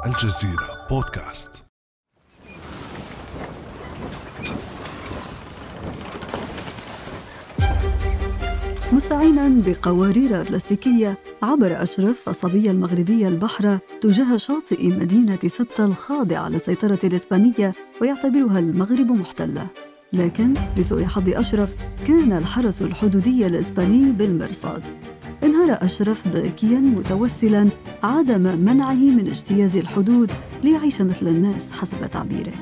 الجزيرة بودكاست. مستعينا بقوارير بلاستيكية عبر أشرف الصبية المغربية البحر تجاه شاطئ مدينة سبتة الخاضعة للسيطرة الإسبانية ويعتبرها المغرب محتلة. لكن لسوء حظ أشرف كان الحرس الحدودي الإسباني بالمرصاد. انهار أشرف باكياً متوسلاً عدم منعه من اجتياز الحدود ليعيش مثل الناس حسب تعبيره.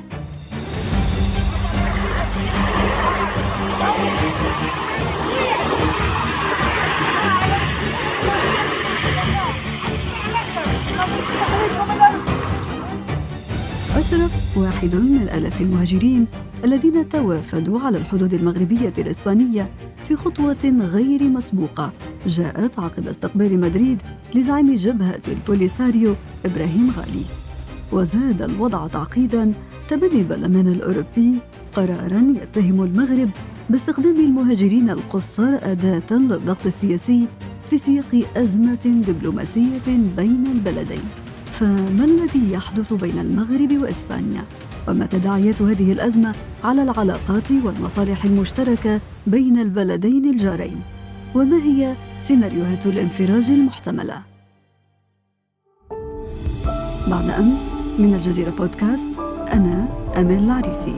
أشرف واحد من آلاف المهاجرين الذين توافدوا على الحدود المغربية الإسبانية في خطوة غير مسبوقة جاءت عقب استقبال مدريد لزعيم جبهة البوليساريو إبراهيم غالي. وزاد الوضع تعقيداً تبني البرلمان الأوروبي قراراً يتهم المغرب باستخدام المهاجرين القُصّر أداة للضغط السياسي في سياق أزمة دبلوماسية بين البلدين. فما الذي يحدث بين المغرب وإسبانيا؟ وما تداعيات هذه الأزمة على العلاقات والمصالح المشتركة بين البلدين الجارين؟ وما هي سيناريوهات الانفراج المحتملة؟ بعد أمس من الجزيرة بودكاست، أنا أمال العريسي.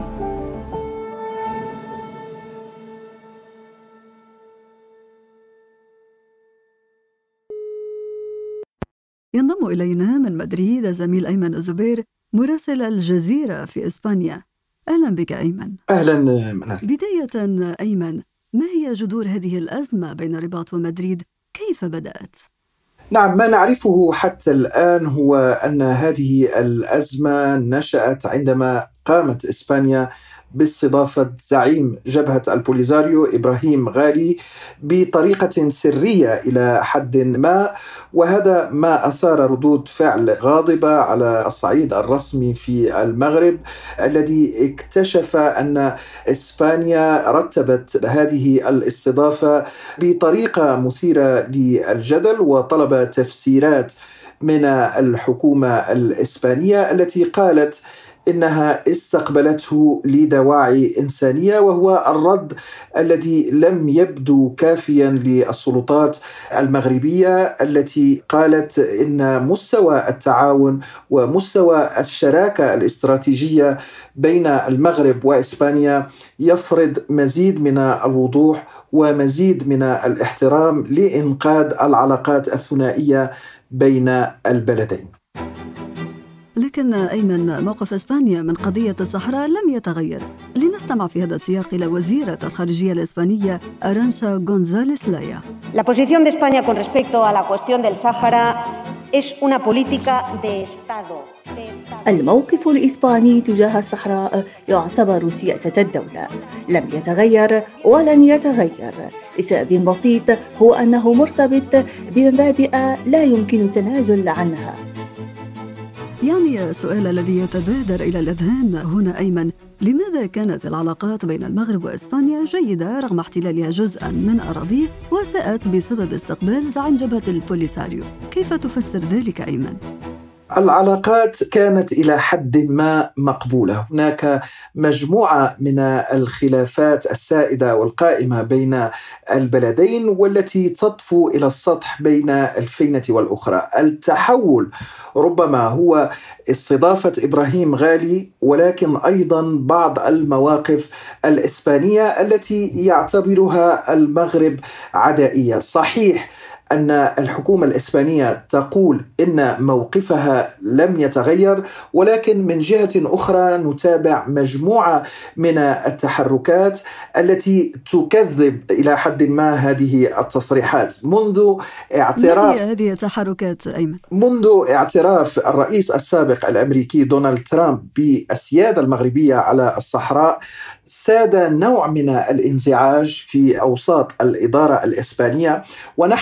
ينضم إلينا من مدريد الزميل أيمن الزبير مراسل الجزيرة في إسبانيا. أهلا بك أيمن. أهلا منال. بداية أيمن، ما هي جذور هذه الأزمة بين الرباط ومدريد؟ كيف بدأت؟ نعم، ما نعرفه حتى الآن هو أن هذه الأزمة نشأت عندما قامت إسبانيا باستضافة زعيم جبهة البوليساريو إبراهيم غالي بطريقة سرية إلى حد ما، وهذا ما أثار ردود فعل غاضبة على الصعيد الرسمي في المغرب، الذي اكتشف أن إسبانيا رتبت هذه الاستضافة بطريقة مثيرة للجدل وطلب تفسيرات من الحكومة الإسبانية التي قالت إنها استقبلته لدواعي إنسانية، وهو الرد الذي لم يبدو كافيا للسلطات المغربية التي قالت إن مستوى التعاون ومستوى الشراكة الاستراتيجية بين المغرب وإسبانيا يفرض مزيد من الوضوح ومزيد من الاحترام لإنقاذ العلاقات الثنائية بين البلدين. لكن أيمن، موقف إسبانيا من قضية الصحراء لم يتغير. لنستمع في هذا السياق إلى وزيرة الخارجية الإسبانية أرانشا غونزاليس لايا. La posición de España con respecto a la cuestión del Sáhara es una política de Estado. الموقف الإسباني تجاه الصحراء يعتبر سياسة الدولة، لم يتغير ولن يتغير لسبب بسيط، هو أنه مرتبط بمبادئ لا يمكن التنازل عنها. يعني السؤال الذي يتبادر إلى الأذهان هنا أيمن، لماذا كانت العلاقات بين المغرب وإسبانيا جيدة رغم احتلالها جزءاً من أراضيه وساءت بسبب استقبال زعيم جبهة البوليساريو؟ كيف تفسر ذلك أيمن؟ العلاقات كانت إلى حد ما مقبولة. هناك مجموعة من الخلافات السائدة والقائمة بين البلدين والتي تطفو إلى السطح بين الفينة والأخرى. التحول ربما هو استضافة إبراهيم غالي، ولكن أيضا بعض المواقف الإسبانية التي يعتبرها المغرب عدائية. صحيح أن الحكومة الإسبانية تقول إن موقفها لم يتغير، ولكن من جهة أخرى نتابع مجموعة من التحركات التي تكذب إلى حد ما هذه التصريحات. منذ اعتراف هذه التحركات أيمن؟ منذ اعتراف الرئيس السابق الأمريكي دونالد ترامب بالسيادة المغربية على الصحراء، ساد نوع من الانزعاج في أوساط الإدارة الإسبانية، ونحن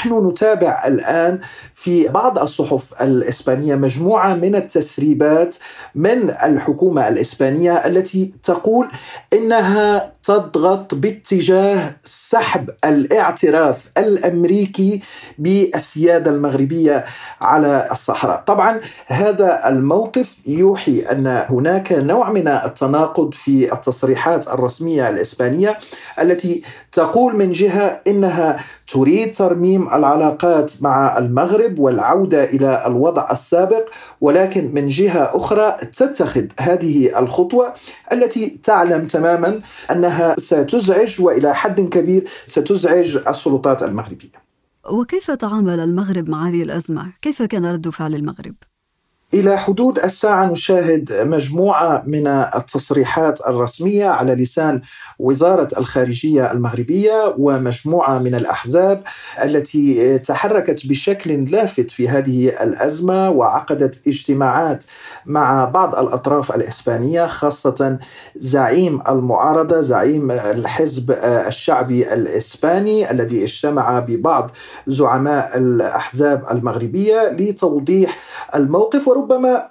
نتابع الآن في بعض الصحف الإسبانية مجموعة من التسريبات من الحكومة الإسبانية التي تقول إنها تضغط باتجاه سحب الاعتراف الأمريكي بالسيادة المغربية على الصحراء. طبعا هذا الموقف يوحي أن هناك نوع من التناقض في التصريحات الرسمية الإسبانية التي تقول من جهة إنها تريد ترميم العلاقات مع المغرب والعودة إلى الوضع السابق، ولكن من جهة أخرى تتخذ هذه الخطوة التي تعلم تماما أنها ستزعج وإلى حد كبير ستزعج السلطات المغربية. وكيف تعامل المغرب مع هذه الأزمة؟ كيف كان رد فعل المغرب؟ إلى حدود الساعة نشاهد مجموعة من التصريحات الرسمية على لسان وزارة الخارجية المغربية ومجموعة من الأحزاب التي تحركت بشكل لافت في هذه الأزمة وعقدت اجتماعات مع بعض الأطراف الإسبانية، خاصة زعيم المعارضة، زعيم الحزب الشعبي الإسباني الذي اجتمع ببعض زعماء الأحزاب المغربية لتوضيح الموقف وربما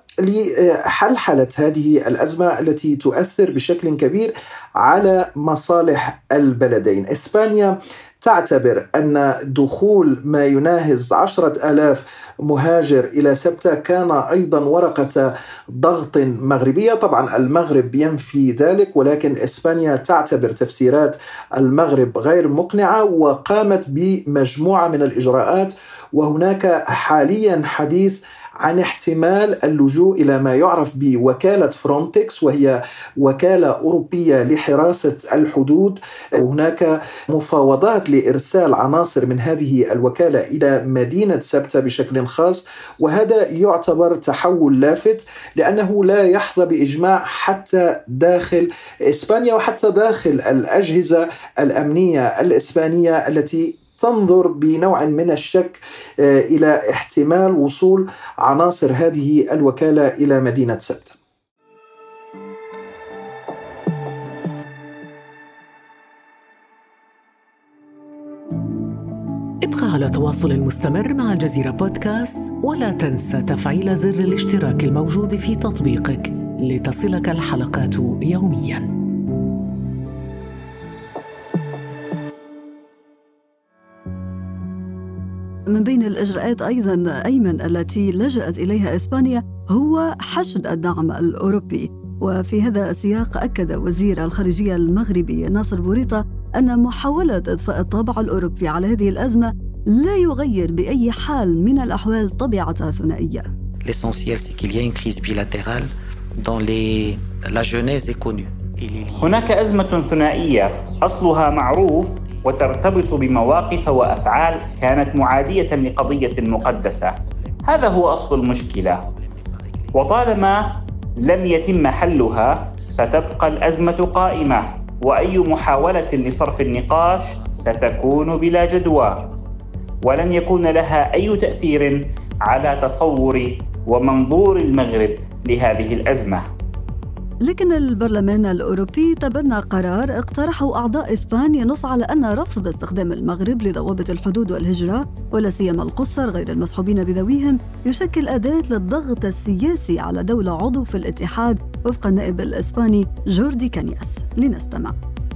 لحلحلة هذه الأزمة التي تؤثر بشكل كبير على مصالح البلدين. إسبانيا تعتبر أن دخول ما يناهز 10,000 مهاجر إلى سبتة كان أيضا ورقة ضغط مغربية. طبعا المغرب ينفي ذلك، ولكن إسبانيا تعتبر تفسيرات المغرب غير مقنعة وقامت بمجموعة من الإجراءات، وهناك حاليا حديث عن احتمال اللجوء إلى ما يعرف بوكالة فرونتكس، وهي وكالة أوروبية لحراسة الحدود. هناك مفاوضات لإرسال عناصر من هذه الوكالة إلى مدينة سبتة بشكل خاص، وهذا يعتبر تحول لافت لأنه لا يحظى بإجماع حتى داخل إسبانيا وحتى داخل الأجهزة الأمنية الإسبانية التي تنظر بنوع من الشك إلى احتمال وصول عناصر هذه الوكالة إلى مدينة سبتة. ابقى على تواصل مستمر مع الجزيرة بودكاست، ولا تنسى تفعيل زر الاشتراك الموجود في تطبيقك لتصلك الحلقات يومياً. من بين الإجراءات أيضاً أيمن التي لجأت إليها إسبانيا هو حشد الدعم الأوروبي، وفي هذا السياق أكد وزير الخارجية المغربي ناصر بوريطة أن محاولة إضفاء الطابع الأوروبي على هذه الأزمة لا يغير بأي حال من الأحوال طبيعتها الثنائية. L'essentiel c'est qu'il y a une crise bilatérale dont la genèse est connue. هناك أزمة ثنائية أصلها معروف وترتبط بمواقف وأفعال كانت معادية لقضية مقدسة. هذا هو أصل المشكلة، وطالما لم يتم حلها ستبقى الأزمة قائمة، وأي محاولة لصرف النقاش ستكون بلا جدوى، ولن يكون لها أي تأثير على تصور ومنظور المغرب لهذه الأزمة. لكن البرلمان الأوروبي تبنى قرار اقترحه أعضاء إسبانيا ينص على أن رفض استخدام المغرب لضوابط الحدود والهجرة ولا سيما القُصّر غير المصحوبين بذويهم يشكل أداة للضغط السياسي على دولة عضو في الاتحاد، وفق النائب الإسباني جوردي كانياس. لنستمع.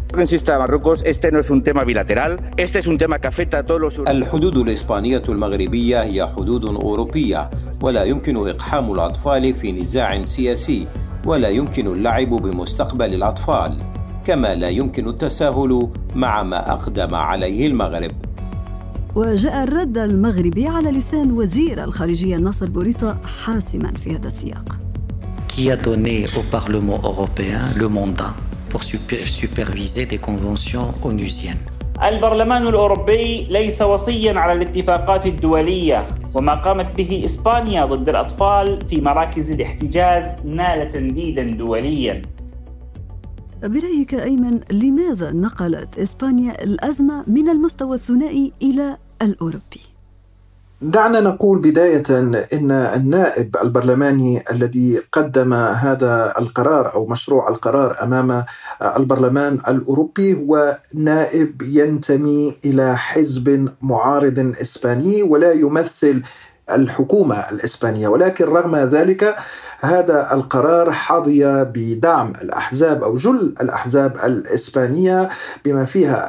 الحدود الإسبانية المغربية هي حدود أوروبية، ولا يمكن إقحام الأطفال في نزاع سياسي، ولا يمكن اللعب بمستقبل الأطفال، كما لا يمكن التساهل مع ما أقدم عليه المغرب. وجاء الرد المغربي على لسان وزير الخارجية ناصر بوريطة حاسما في هذا السياق. Qui a donné au Parlement européen le mandat pour superviser des conventions onusiennes. البرلمان الأوروبي ليس وصياً على الاتفاقات الدولية، وما قامت به إسبانيا ضد الأطفال في مراكز الاحتجاز نال تنديداً دولياً. برأيك أيمن، لماذا نقلت إسبانيا الأزمة من المستوى الثنائي إلى الأوروبي؟ دعنا نقول بداية إن النائب البرلماني الذي قدم هذا القرار أو مشروع القرار أمام البرلمان الأوروبي هو نائب ينتمي إلى حزب معارض إسباني ولا يمثل الحكومة الإسبانية، ولكن رغم ذلك هذا القرار حظي بدعم الأحزاب أو جل الأحزاب الإسبانية بما فيها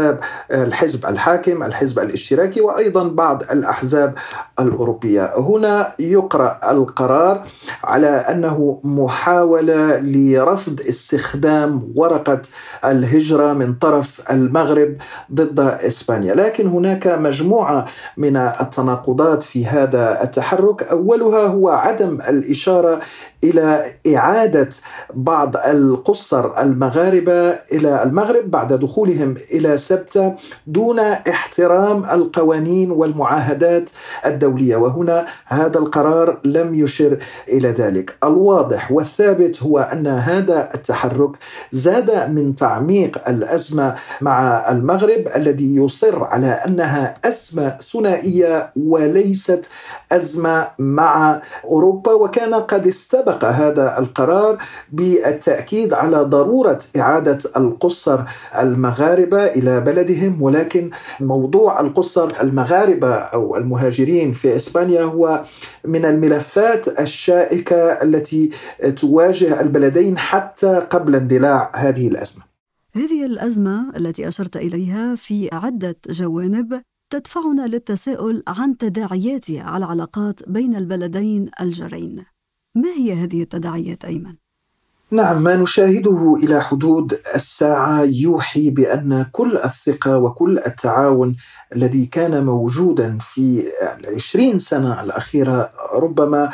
الحزب الحاكم، الحزب الاشتراكي، وأيضا بعض الأحزاب الأوروبية. هنا يقرأ القرار على أنه محاولة لرفض استخدام ورقة الهجرة من طرف المغرب ضد إسبانيا، لكن هناك مجموعة من التناقضات في هذا التحرك. أولها هو عدم الإشارة إلى إعادة بعض القُصّر المغاربة إلى المغرب بعد دخولهم إلى سبتة دون احترام القوانين والمعاهدات الدولية، وهنا هذا القرار لم يشر إلى ذلك. الواضح والثابت هو أن هذا التحرك زاد من تعميق الأزمة مع المغرب الذي يصر على أنها أزمة ثنائية وليست أزمة مع أوروبا، وكان قد استبق هذا القرار بالتأكيد على ضرورة إعادة القُصّر المغاربة إلى بلدهم. ولكن موضوع القُصّر المغاربة أو المهاجرين في إسبانيا هو من الملفات الشائكة التي تواجه البلدين حتى قبل اندلاع هذه الأزمة. هذه الأزمة التي أشرت إليها في عدة جوانب تدفعنا للتساؤل عن تداعياتها على العلاقات بين البلدين الجارين. ما هي هذه التداعيات أيمن؟ نعم، ما نشاهده إلى حدود الساعة يوحي بأن كل الثقة وكل التعاون الذي كان موجودا في 20 سنة الأخيرة ربما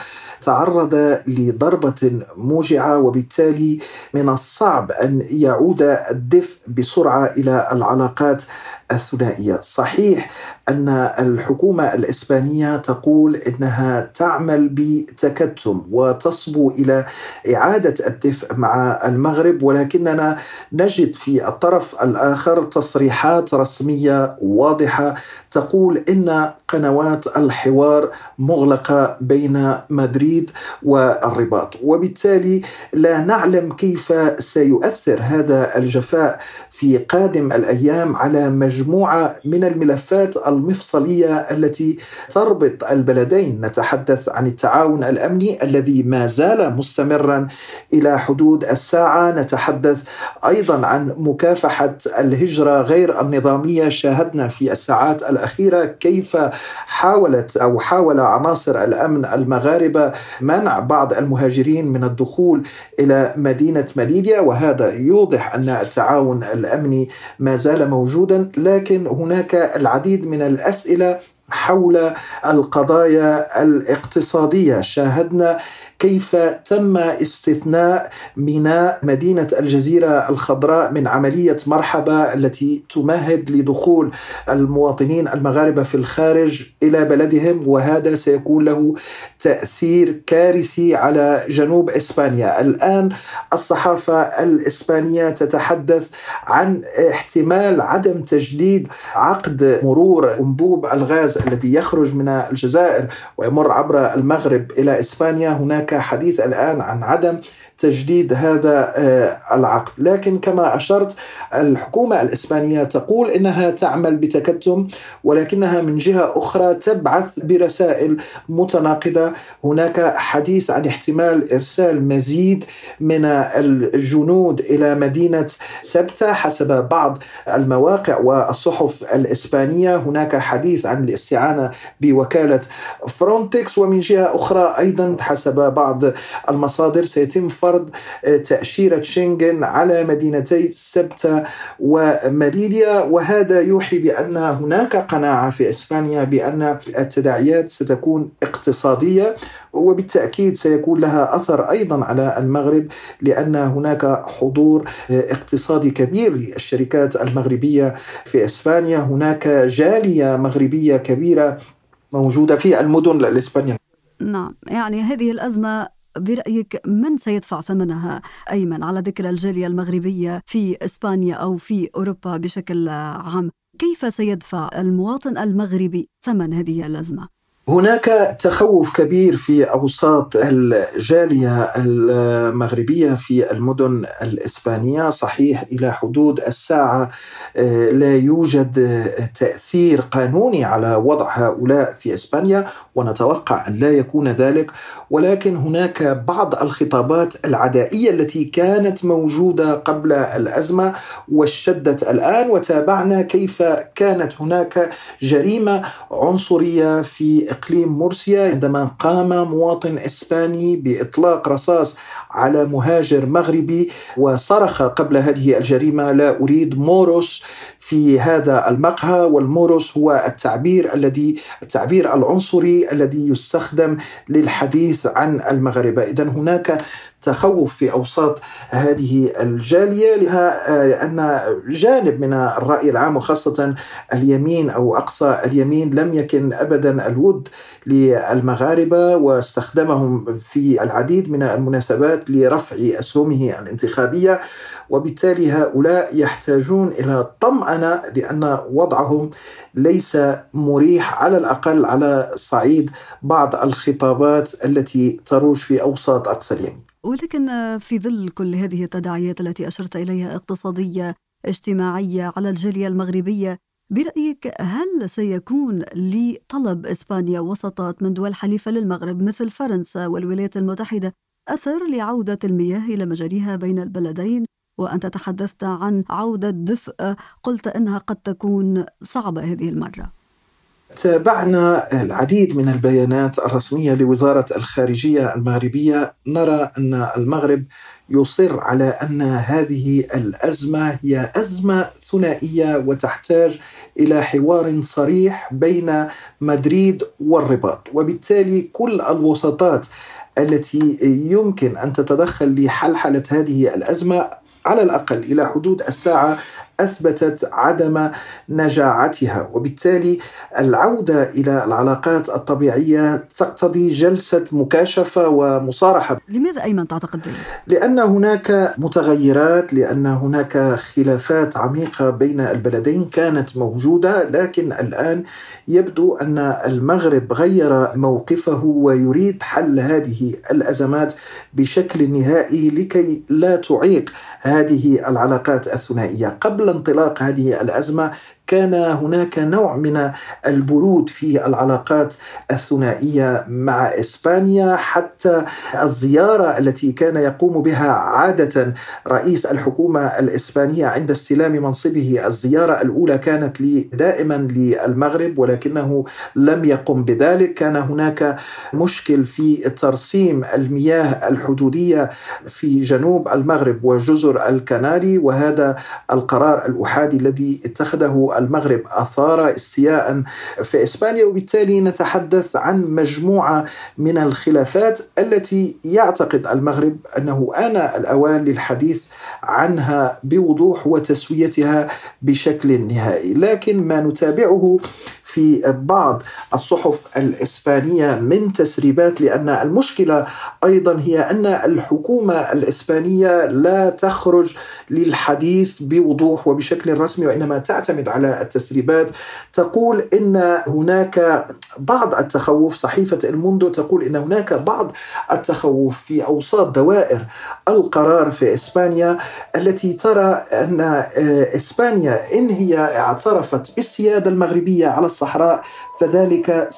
تعرض لضربة موجعة، وبالتالي من الصعب أن يعود الدفء بسرعة إلى العلاقات الثنائية. صحيح أن الحكومة الإسبانية تقول إنها تعمل بتكتم وتصبو إلى إعادة الدفء مع المغرب، ولكننا نجد في الطرف الآخر تصريحات رسمية واضحة تقول إن قنوات الحوار مغلقة بين مدريد والرباط، وبالتالي لا نعلم كيف سيؤثر هذا الجفاء في قادم الأيام على مجموعة من الملفات المفصلية التي تربط البلدين. نتحدث عن التعاون الأمني الذي ما زال مستمرا إلى حدود الساعة، نتحدث أيضا عن مكافحة الهجرة غير النظامية. شاهدنا في الساعات الأخيرة كيف حاول عناصر الأمن المغاربة منع بعض المهاجرين من الدخول إلى مدينة مليليا، وهذا يوضح أن التعاون الأمني ما زال موجودا. لكن هناك العديد من الأسئلة حول القضايا الاقتصادية. شاهدنا كيف تم استثناء ميناء مدينة الجزيرة الخضراء من عملية مرحبا التي تمهد لدخول المواطنين المغاربة في الخارج إلى بلدهم، وهذا سيكون له تأثير كارثي على جنوب إسبانيا. الآن الصحافة الإسبانية تتحدث عن احتمال عدم تجديد عقد مرور أنبوب الغاز الذي يخرج من الجزائر ويمر عبر المغرب إلى إسبانيا. هناك حديث الآن عن عدم تجديد هذا العقد، لكن كما أشرت الحكومة الإسبانية تقول إنها تعمل بتكتم، ولكنها من جهة أخرى تبعث برسائل متناقضة. هناك حديث عن احتمال إرسال مزيد من الجنود إلى مدينة سبتة حسب بعض المواقع والصحف الإسبانية. هناك حديث عن الاستعانة بوكالة فرونتكس، ومن جهة أخرى أيضا حسب بعض المصادر سيتم فرض تأشيرة شنغن على مدينتي سبتة ومليليا، وهذا يوحي بأن هناك قناعة في إسبانيا بأن التداعيات ستكون اقتصادية، وبالتأكيد سيكون لها أثر أيضا على المغرب، لأن هناك حضور اقتصادي كبير للشركات المغربية في إسبانيا. هناك جالية مغربية كبيرة موجودة في المدن الإسبانية. نعم، يعني هذه الأزمة برأيك من سيدفع ثمنها أيمن، على ذكر الجالية المغربية في إسبانيا أو في أوروبا بشكل عام؟ كيف سيدفع المواطن المغربي ثمن هذه الأزمة؟ هناك تخوف كبير في أوساط الجالية المغربية في المدن الإسبانية. صحيح إلى حدود الساعة لا يوجد تأثير قانوني على وضع هؤلاء في إسبانيا، ونتوقع أن لا يكون ذلك، ولكن هناك بعض الخطابات العدائية التي كانت موجودة قبل الأزمة واشتدت الآن، وتابعنا كيف كانت هناك جريمة عنصرية في إقليم مرسيا عندما قام مواطن إسباني بإطلاق رصاص على مهاجر مغربي وصرخ قبل هذه الجريمة: لا أريد موروس في هذا المقهى. والموروس هو التعبير العنصري الذي يستخدم للحديث عن المغاربة. إذن هناك تخوف في أوساط هذه الجالية لأن جانب من الرأي العام وخاصة اليمين أو أقصى اليمين لم يكن أبدا الود للمغاربة، واستخدمهم في العديد من المناسبات لرفع أسهمه الانتخابية، وبالتالي هؤلاء يحتاجون إلى الطمأنة لأن وضعهم ليس مريح، على الأقل على صعيد بعض الخطابات التي تروج في أوساط أقصى اليمين. ولكن في ظل كل هذه التداعيات التي أشرت إليها، اقتصادية اجتماعية، على الجالية المغربية، برأيك هل سيكون لطلب إسبانيا وسطات من دول حليفة للمغرب مثل فرنسا والولايات المتحدة أثر لعودة المياه إلى مجاريها بين البلدين؟ وأنت تحدثت عن عودة دفء، قلت أنها قد تكون صعبة هذه المرة. تابعنا العديد من البيانات الرسمية لوزارة الخارجية المغربية، نرى أن المغرب يصر على أن هذه الأزمة هي أزمة ثنائية وتحتاج إلى حوار صريح بين مدريد والرباط، وبالتالي كل الوساطات التي يمكن أن تتدخل لحلحلة هذه الأزمة على الأقل إلى حدود الساعة أثبتت عدم نجاعتها، وبالتالي العودة إلى العلاقات الطبيعية تقتضي جلسة مكاشفة ومصارحة. لماذا أيمن تعتقد ذلك؟ لأن هناك متغيرات، لأن هناك خلافات عميقة بين البلدين كانت موجودة، لكن الآن يبدو أن المغرب غير موقفه ويريد حل هذه الأزمات بشكل نهائي لكي لا تعيق هذه العلاقات الثنائية. قبل انطلاق هذه الأزمة كان هناك نوع من البرود في العلاقات الثنائية مع إسبانيا، حتى الزيارة التي كان يقوم بها عادة رئيس الحكومة الإسبانية عند استلام منصبه، الزيارة الأولى كانت دائما للمغرب ولكنه لم يقم بذلك. كان هناك مشكل في ترسيم المياه الحدودية في جنوب المغرب وجزر الكناري، وهذا القرار الأحادي الذي اتخذه المغرب أثار استياء في إسبانيا، وبالتالي نتحدث عن مجموعة من الخلافات التي يعتقد المغرب أنه آن الأوان للحديث عنها بوضوح وتسويتها بشكل نهائي. لكن ما نتابعه في بعض الصحف الإسبانية من تسريبات، لأن المشكلة أيضا هي أن الحكومة الإسبانية لا تخرج للحديث بوضوح وبشكل رسمي، وإنما تعتمد على التسريبات. تقول إن هناك بعض التخوف، صحيفة الموندو تقول إن هناك بعض التخوف في أوساط دوائر القرار في إسبانيا التي ترى أن إسبانيا إن هي اعترفت بالسيادة المغربية على الصحراء فذلك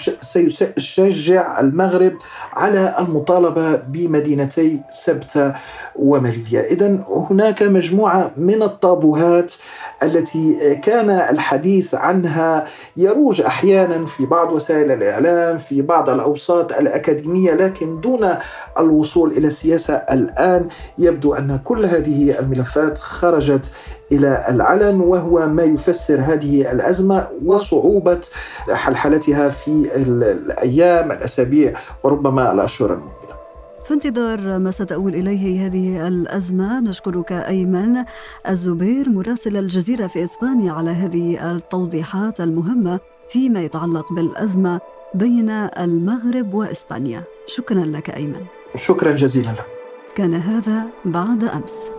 سيشجع المغرب على المطالبة بمدينتي سبتة ومليليا. إذن هناك مجموعة من الطابوهات التي كان الحديث عنها يروج أحيانا في بعض وسائل الإعلام في بعض الأوساط الأكاديمية، لكن دون الوصول إلى السياسة. الآن يبدو أن كل هذه الملفات خرجت إلى العلن، وهو ما يفسر هذه الأزمة وصعوبة حلحلتها في الأيام الأسابيع وربما الأشهر المقبلة. في انتظار ما ستؤول إليه هذه الأزمة، نشكرك أيمن الزبير مراسل الجزيرة في إسبانيا على هذه التوضيحات المهمة فيما يتعلق بالأزمة بين المغرب وإسبانيا. شكرا لك أيمن. شكرا جزيلا لك. كان هذا بعد أمس.